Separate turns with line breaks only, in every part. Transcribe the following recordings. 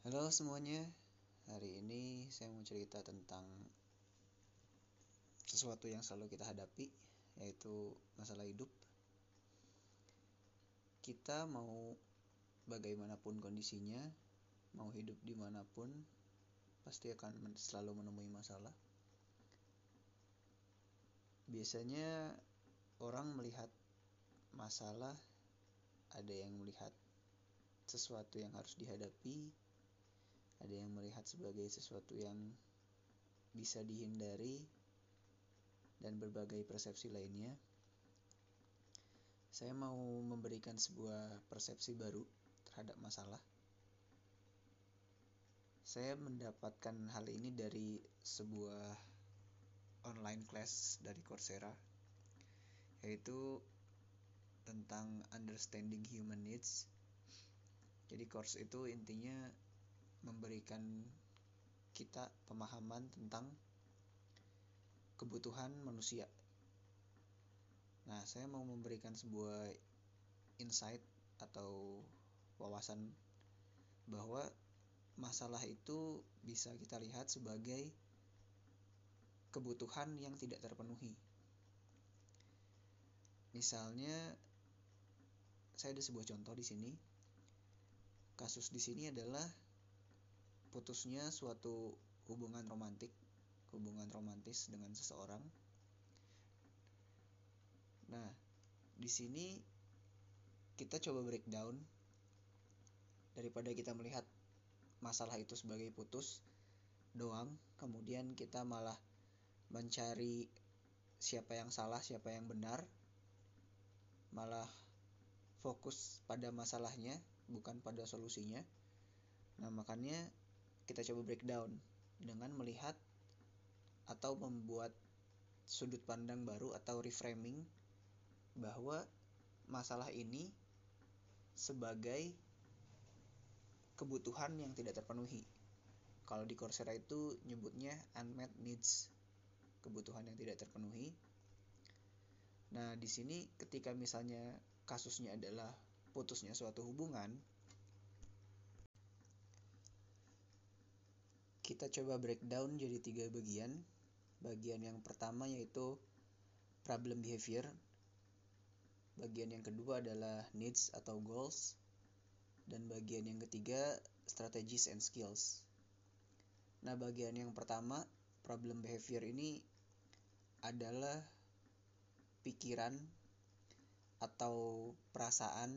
Halo semuanya, hari ini saya mau cerita tentang sesuatu yang selalu kita hadapi, yaitu masalah hidup. Kita mau bagaimanapun kondisinya, mau hidup dimanapun, pasti akan selalu menemui masalah. Biasanya orang melihat masalah, ada yang melihat sesuatu yang harus dihadapi, ada yang melihat sebagai sesuatu yang bisa dihindari, dan berbagai persepsi lainnya. Saya mau memberikan sebuah persepsi baru terhadap masalah. Saya mendapatkan hal ini dari sebuah online class dari Coursera, yaitu tentang understanding human needs. Jadi course itu intinya memberikan kita pemahaman tentang kebutuhan manusia. Nah, saya mau memberikan sebuah insight atau wawasan bahwa masalah itu bisa kita lihat sebagai kebutuhan yang tidak terpenuhi. Misalnya, saya ada sebuah contoh di sini. Kasus di sini adalah putusnya suatu hubungan romantis dengan seseorang. Nah, di sini kita coba breakdown daripada kita melihat masalah itu sebagai putus doang, kemudian kita malah mencari siapa yang salah, siapa yang benar, malah fokus pada masalahnya, bukan pada solusinya. Nah, makanya kita coba breakdown dengan melihat atau membuat sudut pandang baru atau reframing bahwa masalah ini sebagai kebutuhan yang tidak terpenuhi. Kalau di Coursera itu nyebutnya unmet needs, kebutuhan yang tidak terpenuhi. Nah, di sini ketika misalnya kasusnya adalah putusnya suatu hubungan, kita coba breakdown jadi 3 bagian. Bagian yang pertama yaitu problem behavior. Bagian yang kedua adalah needs atau goals. Dan bagian yang ketiga strategies and skills. Nah, bagian yang pertama, problem behavior ini adalah pikiran atau perasaan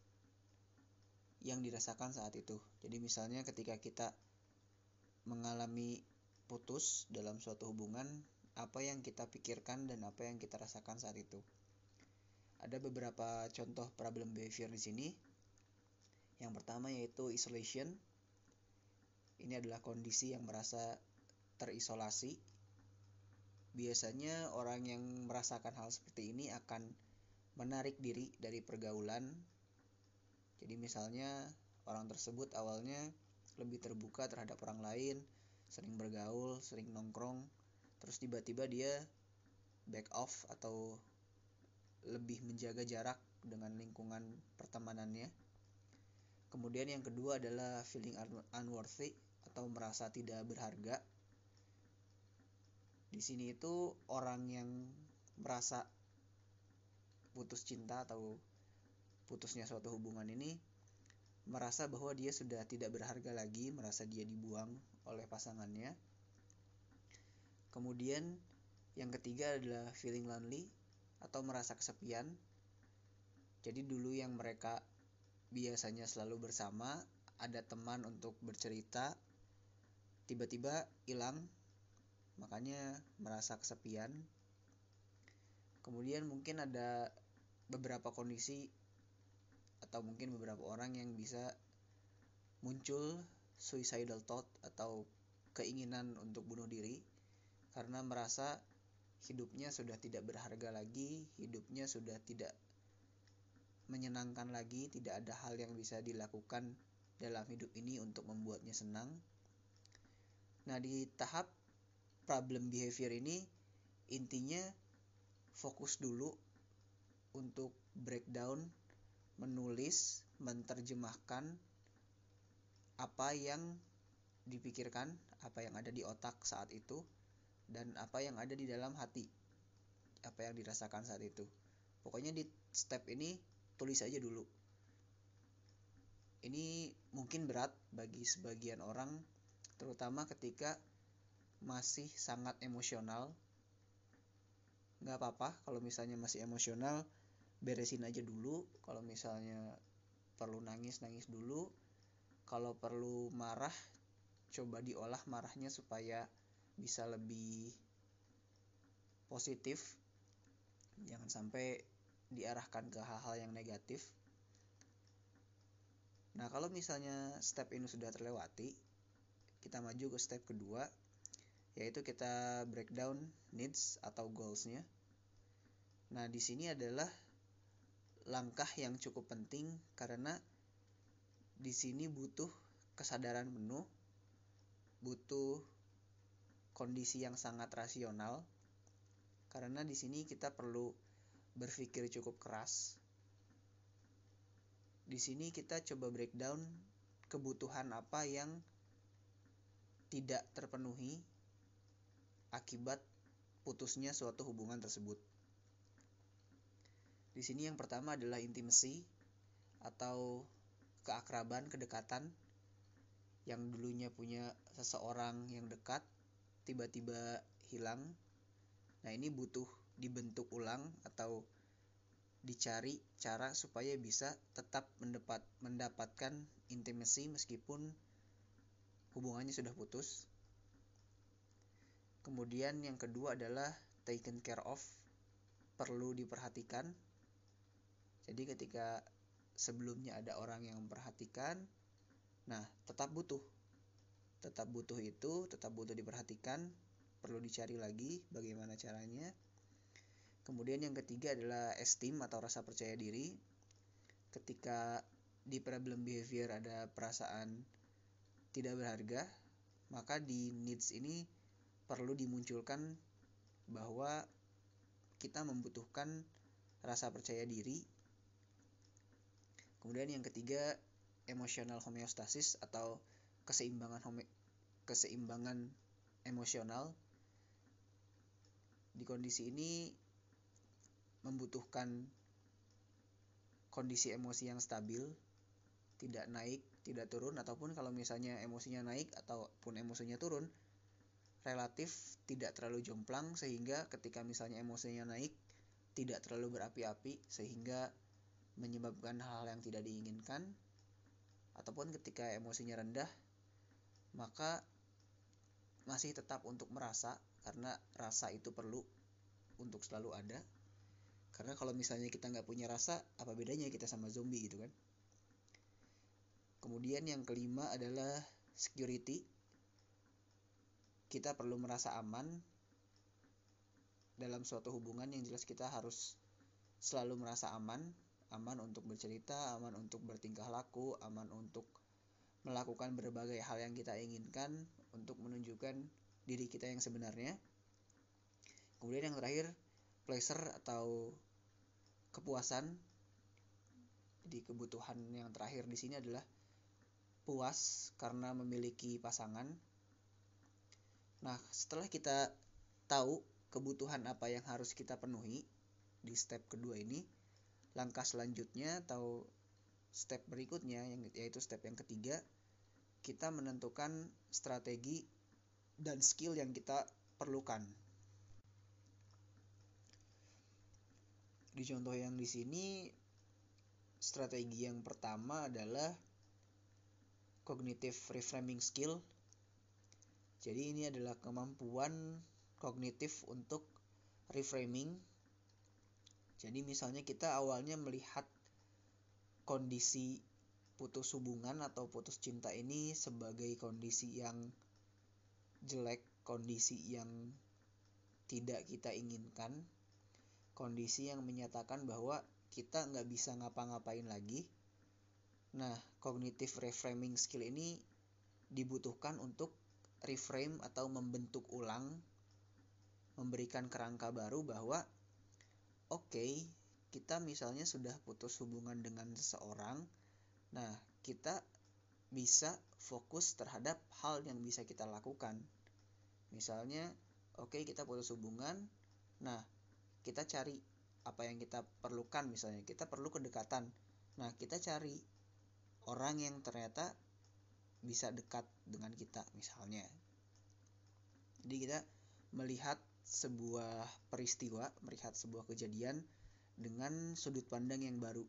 yang dirasakan saat itu. Jadi misalnya ketika kita mengalami putus dalam suatu hubungan, apa yang kita pikirkan dan apa yang kita rasakan saat itu. Ada beberapa contoh problem behavior di sini. Yang pertama yaitu isolation. Ini adalah kondisi yang merasa terisolasi. Biasanya orang yang merasakan hal seperti ini akan menarik diri dari pergaulan. Jadi misalnya orang tersebut awalnya lebih terbuka terhadap orang lain, sering bergaul, sering nongkrong, terus tiba-tiba dia back off atau lebih menjaga jarak dengan lingkungan pertemanannya. Kemudian yang kedua adalah feeling unworthy atau merasa tidak berharga. Di sini itu orang yang merasa putus cinta atau putusnya suatu hubungan ini merasa bahwa dia sudah tidak berharga lagi, merasa dia dibuang oleh pasangannya. Kemudian yang ketiga adalah feeling lonely atau merasa kesepian. Jadi dulu yang mereka biasanya selalu bersama, ada teman untuk bercerita, tiba-tiba hilang, makanya merasa kesepian. Kemudian mungkin ada beberapa kondisi atau mungkin beberapa orang yang bisa muncul suicidal thought atau keinginan untuk bunuh diri karena merasa hidupnya sudah tidak berharga lagi, hidupnya sudah tidak menyenangkan lagi, tidak ada hal yang bisa dilakukan dalam hidup ini untuk membuatnya senang. Nah, di tahap problem behavior ini intinya fokus dulu untuk breakdown, menulis, menerjemahkan apa yang dipikirkan, apa yang ada di otak saat itu, dan apa yang ada di dalam hati, apa yang dirasakan saat itu. Pokoknya di step ini tulis aja dulu. Ini mungkin berat bagi sebagian orang, terutama ketika masih sangat emosional. Nggak apa-apa kalau misalnya masih emosional, beresin aja dulu. Kalau misalnya perlu nangis dulu. Kalau perlu marah, coba diolah marahnya supaya bisa lebih positif. Jangan sampai diarahkan ke hal-hal yang negatif. Nah, kalau misalnya step ini sudah terlewati, kita maju ke step kedua, yaitu kita breakdown needs atau goals-nya. Nah, di sini adalah langkah yang cukup penting karena di sini butuh kesadaran penuh, butuh kondisi yang sangat rasional. Karena di sini kita perlu berpikir cukup keras. Di sini kita coba breakdown kebutuhan apa yang tidak terpenuhi akibat putusnya suatu hubungan tersebut. Di sini yang pertama adalah intimacy atau keakraban, kedekatan. Yang dulunya punya seseorang yang dekat, tiba-tiba hilang. Nah, ini butuh dibentuk ulang atau dicari cara supaya bisa tetap mendapatkan intimacy meskipun hubungannya sudah putus. Kemudian yang kedua adalah taken care of, perlu diperhatikan. Jadi ketika sebelumnya ada orang yang memperhatikan, nah tetap butuh diperhatikan, perlu dicari lagi bagaimana caranya. Kemudian yang ketiga adalah esteem atau rasa percaya diri. Ketika di problem behavior ada perasaan tidak berharga, maka di needs ini perlu dimunculkan bahwa kita membutuhkan rasa percaya diri. Kemudian yang ketiga, emotional homeostasis atau keseimbangan emosional. Di kondisi ini membutuhkan kondisi emosi yang stabil, tidak naik, tidak turun, ataupun kalau misalnya emosinya naik ataupun emosinya turun, relatif tidak terlalu jomplang sehingga ketika misalnya emosinya naik, tidak terlalu berapi-api sehingga menyebabkan hal yang tidak diinginkan, ataupun ketika emosinya rendah, maka masih tetap untuk merasa, karena rasa itu perlu untuk selalu ada. Karena kalau misalnya kita nggak punya rasa, apa bedanya kita sama zombie gitu kan. Kemudian yang kelima adalah security. Kita perlu merasa aman dalam suatu hubungan. Yang jelas kita harus selalu merasa aman untuk bercerita, aman untuk bertingkah laku, aman untuk melakukan berbagai hal yang kita inginkan, untuk menunjukkan diri kita yang sebenarnya. Kemudian yang terakhir, pleasure atau kepuasan. Jadi kebutuhan yang terakhir di sini adalah puas karena memiliki pasangan. Nah, setelah kita tahu kebutuhan apa yang harus kita penuhi di step kedua ini, langkah selanjutnya atau step berikutnya yaitu step yang ketiga, kita menentukan strategi dan skill yang kita perlukan. Di contoh yang di sini, strategi yang pertama adalah cognitive reframing skill. Jadi ini adalah kemampuan kognitif untuk reframing. Jadi misalnya kita awalnya melihat kondisi putus hubungan atau putus cinta ini sebagai kondisi yang jelek, kondisi yang tidak kita inginkan, kondisi yang menyatakan bahwa kita nggak bisa ngapa-ngapain lagi. Nah, cognitive reframing skill ini dibutuhkan untuk reframe atau membentuk ulang, memberikan kerangka baru bahwa oke, kita misalnya sudah putus hubungan dengan seseorang. Nah, kita bisa fokus terhadap hal yang bisa kita lakukan. Misalnya, oke, kita putus hubungan, nah kita cari apa yang kita perlukan. Misalnya kita perlu kedekatan, nah kita cari orang yang ternyata bisa dekat dengan kita misalnya. Jadi kita melihat sebuah peristiwa, melihat sebuah kejadian dengan sudut pandang yang baru.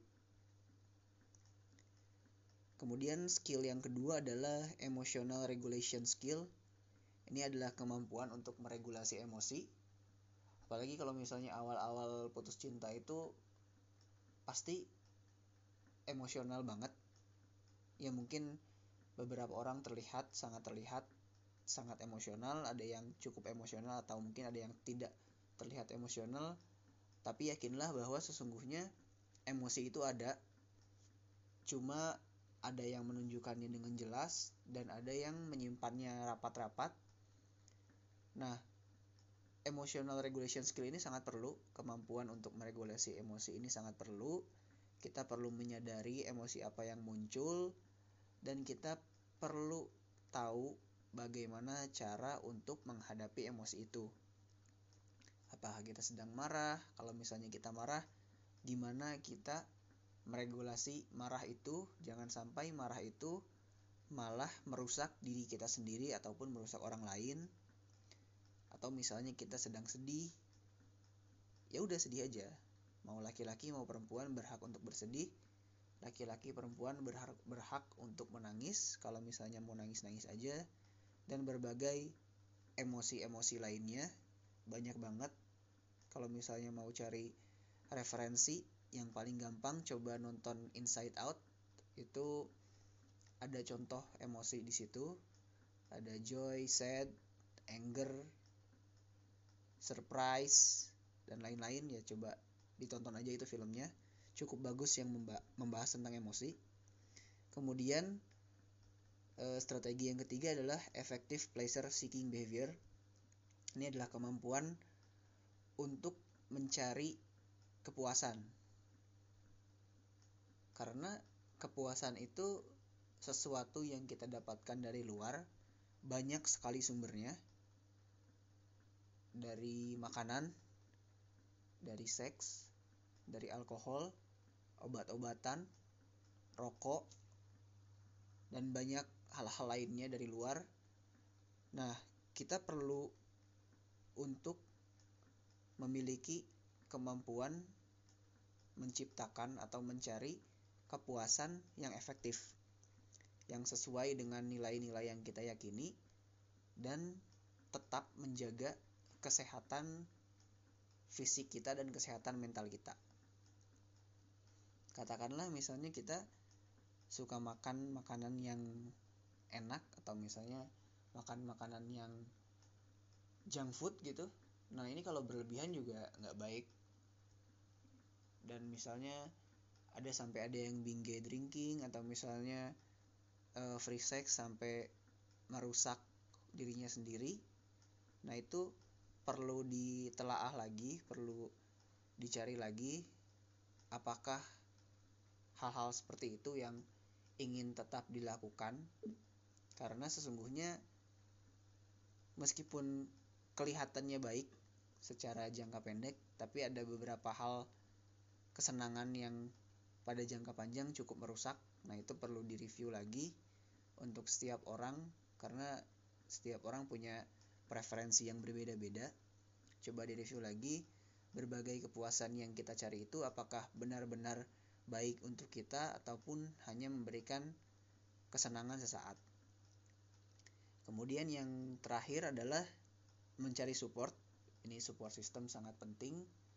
Kemudian skill yang kedua adalah emotional regulation skill. Ini adalah kemampuan untuk meregulasi emosi. Apalagi kalau misalnya awal-awal putus cinta itu pasti emosional banget. Ya mungkin beberapa orang sangat terlihat sangat emosional, ada yang cukup emosional atau mungkin ada yang tidak terlihat emosional. Tapi yakinlah bahwa sesungguhnya emosi itu ada. Cuma ada yang menunjukkannya dengan jelas dan ada yang menyimpannya rapat-rapat. Nah, emotional regulation skill ini sangat perlu. Kemampuan untuk meregulasi emosi ini sangat perlu. Kita perlu menyadari emosi apa yang muncul dan kita perlu tahu bagaimana cara untuk menghadapi emosi itu. Apakah kita sedang marah? Kalau misalnya kita marah, gimana kita meregulasi marah itu? Jangan sampai marah itu malah merusak diri kita sendiri ataupun merusak orang lain. Atau misalnya kita sedang sedih, ya udah sedih aja. Mau laki-laki mau perempuan berhak untuk bersedih. Laki-laki perempuan berhak untuk menangis. Kalau misalnya mau nangis aja. Dan berbagai emosi-emosi lainnya banyak banget. Kalau misalnya mau cari referensi, yang paling gampang coba nonton Inside Out. Itu ada contoh emosi di situ. Ada joy, sad, anger, surprise, dan lain-lain. Ya coba ditonton aja itu filmnya. Cukup bagus yang membahas tentang emosi. Kemudian strategi yang ketiga adalah effective pleasure seeking behavior. Ini adalah kemampuan untuk mencari kepuasan. Karena kepuasan itu sesuatu yang kita dapatkan dari luar, banyak sekali sumbernya. Dari makanan, dari seks, dari alkohol, obat-obatan, rokok, dan banyak hal-hal lainnya dari luar. Nah, kita perlu untuk memiliki kemampuan menciptakan atau mencari kepuasan yang efektif, yang sesuai dengan nilai-nilai yang kita yakini dan tetap menjaga kesehatan fisik kita dan kesehatan mental kita. Katakanlah misalnya kita suka makan makanan yang enak atau misalnya makan makanan yang junk food gitu. Nah ini kalau berlebihan juga nggak baik. Dan misalnya ada yang binge drinking atau misalnya free sex sampai merusak dirinya sendiri. Nah itu perlu ditelaah lagi, perlu dicari lagi apakah hal-hal seperti itu yang ingin tetap dilakukan. Karena sesungguhnya meskipun kelihatannya baik secara jangka pendek, tapi ada beberapa hal kesenangan yang pada jangka panjang cukup merusak. Nah itu perlu direview lagi untuk setiap orang, karena setiap orang punya preferensi yang berbeda-beda. Coba direview lagi, berbagai kepuasan yang kita cari itu apakah benar-benar baik untuk kita ataupun hanya memberikan kesenangan sesaat. Kemudian yang terakhir adalah mencari support. Ini support system sangat penting.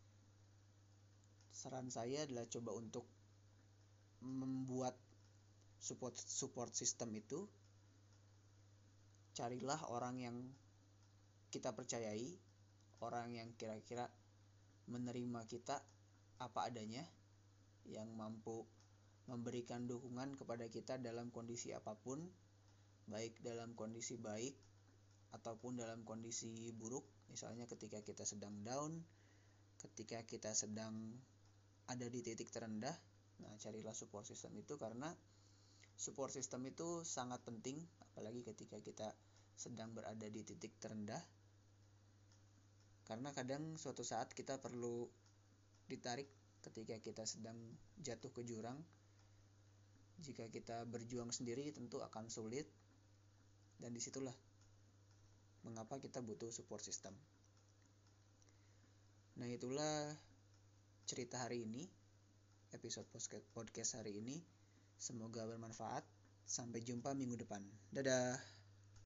Saran saya adalah coba untuk membuat support system itu. Carilah orang yang kita percayai, orang yang kira-kira menerima kita apa adanya, yang mampu memberikan dukungan kepada kita dalam kondisi apapun, baik dalam kondisi baik ataupun dalam kondisi buruk. Misalnya ketika kita sedang down, ketika kita sedang ada di titik terendah. Nah carilah support system itu, karena Support system itu sangat penting, apalagi ketika kita sedang berada di titik terendah. Karena kadang suatu saat kita perlu ditarik ketika kita sedang jatuh ke jurang. Jika kita berjuang sendiri tentu akan sulit, dan disitulah mengapa kita butuh support system. Nah, itulah cerita hari ini, episode podcast hari ini. Semoga bermanfaat. Sampai jumpa minggu depan. Dadah.